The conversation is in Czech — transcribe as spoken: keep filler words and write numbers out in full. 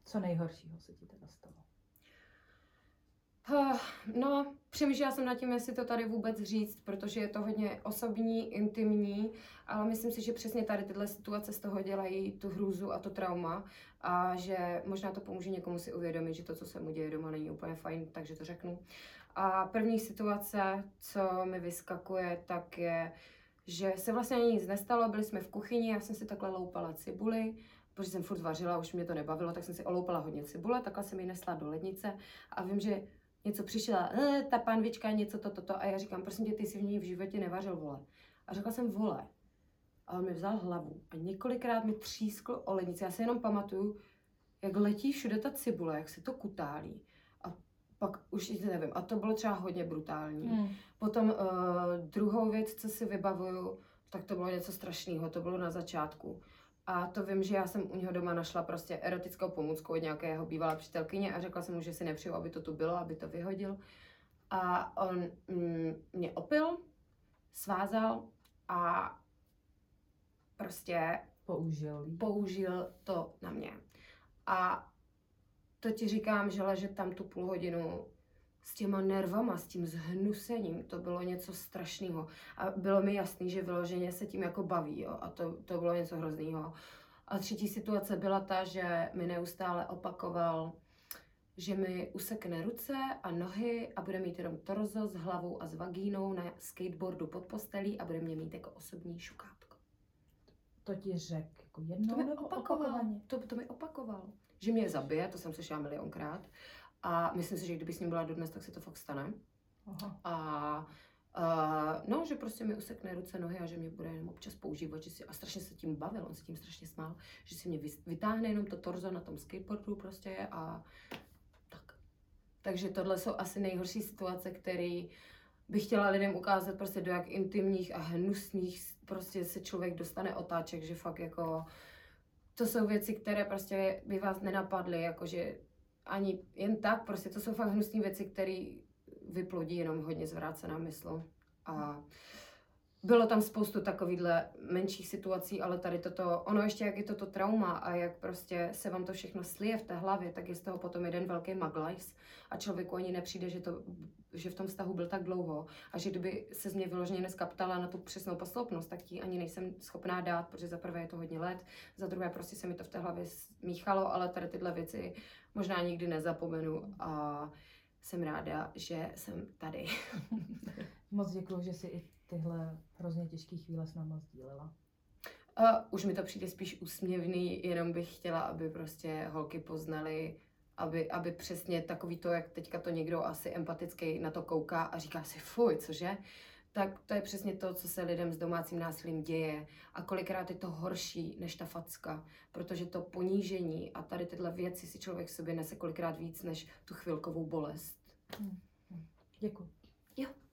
Co nejhoršího se ti teda stalo? Uh, no, přemýšlela jsem nad tím, jestli to tady vůbec říct, protože je to hodně osobní, intimní, ale myslím si, že přesně tady tyhle situace z toho dělají tu hrůzu a to trauma a že možná to pomůže někomu si uvědomit, že to, co se mu děje doma, není úplně fajn, takže to řeknu. A první situace, co mi vyskakuje, tak je, že se vlastně ani nic nestalo, byli jsme v kuchyni, já jsem si takhle loupala cibuli, protože jsem furt vařila, už mě to nebavilo, tak jsem si oloupala hodně cibule, takhle jsem ji nesla do lednice a vím, že něco přišla, e, ta panvička, něco toto, to, to. A já říkám, prosím tě, ty jsi v ní v životě nevařil, vole. A řekla jsem, vole. A on mi vzal hlavu a několikrát mi třískl o lednici. Já si jenom pamatuju, jak letí všude ta cibule, jak se to kutálí. A pak už nic nevím. A to bylo třeba hodně brutální. Hmm. Potom uh, druhou věc, co si vybavuju, tak to bylo něco strašného. To bylo na začátku. A to vím, že já jsem u něho doma našla prostě erotickou pomůcku od nějakého bývalé přítelkyně a řekla jsem mu, že si nepřeju, aby to tu bylo, aby to vyhodil. A on mm, mě opil, svázal a prostě použil. použil to na mě. A to ti říkám, že ležet tam tu půl hodinu s těma nervama, s tím zhnusením, to bylo něco strašného. A bylo mi jasný, že vyloženě se tím jako baví, jo? A to, to bylo něco hrozného. A třetí situace byla ta, že mi neustále opakoval, že mi usekne ruce a nohy a bude mít jenom torzo s hlavou a s vagínou na skateboardu pod postelí a bude mě mít jako osobní šukátko. To ti řekl jako jednou to mi nebo opakoval. opakovaně? To, to mi opakoval. Že mě zabije, to jsem slyšela milionkrát. A myslím si, že kdyby s ním byla dodnes, tak se to fakt stane. Aha. A uh, no, že prostě mi usekne ruce, nohy a že mě bude jenom občas používat, že si, a strašně se tím bavil, on se tím strašně smál, že si mě vytáhne jenom to torzo na tom skateboardu prostě a tak. Takže tohle jsou asi nejhorší situace, které bych chtěla lidem ukázat prostě do jak intimních a hnusných prostě se člověk dostane otáček, že fakt jako to jsou věci, které prostě by vás nenapadly, jakože ani jen tak, prostě to jsou fakt hnusné věci, které vyplodí jenom hodně zvrácená mysl. A bylo tam spoustu takovýchhle menších situací, ale tady toto, ono ještě jak je toto trauma a jak prostě se vám to všechno slije v té hlavě, tak je z toho potom jeden velký maglajs a člověku ani nepřijde, že, to, že v tom vztahu byl tak dlouho a že kdyby se z mě vyloženě dneska ptala na tu přesnou posloupnost, tak ti ani nejsem schopná dát, protože za prvé je to hodně let, za druhé prostě se mi to v té hlavě smíchalo, ale tady tyhle věci možná nikdy nezapomenu a jsem ráda, že jsem tady. Moc děkuji, že jsi i tyhle hrozně těžké chvíle s náma sdílela. Uh, už mi to přijde spíš úsměvný, jenom bych chtěla, aby prostě holky poznaly, aby, aby přesně takový to, jak teďka to někdo asi empatický na to kouká a říká si fuj, cože? Tak to je přesně to, co se lidem s domácím násilím děje a kolikrát je to horší než ta facka, protože to ponížení a tady tyhle věci si člověk v sobě nese kolikrát víc než tu chvilkovou bolest. Hmm. Děkuji. Jo.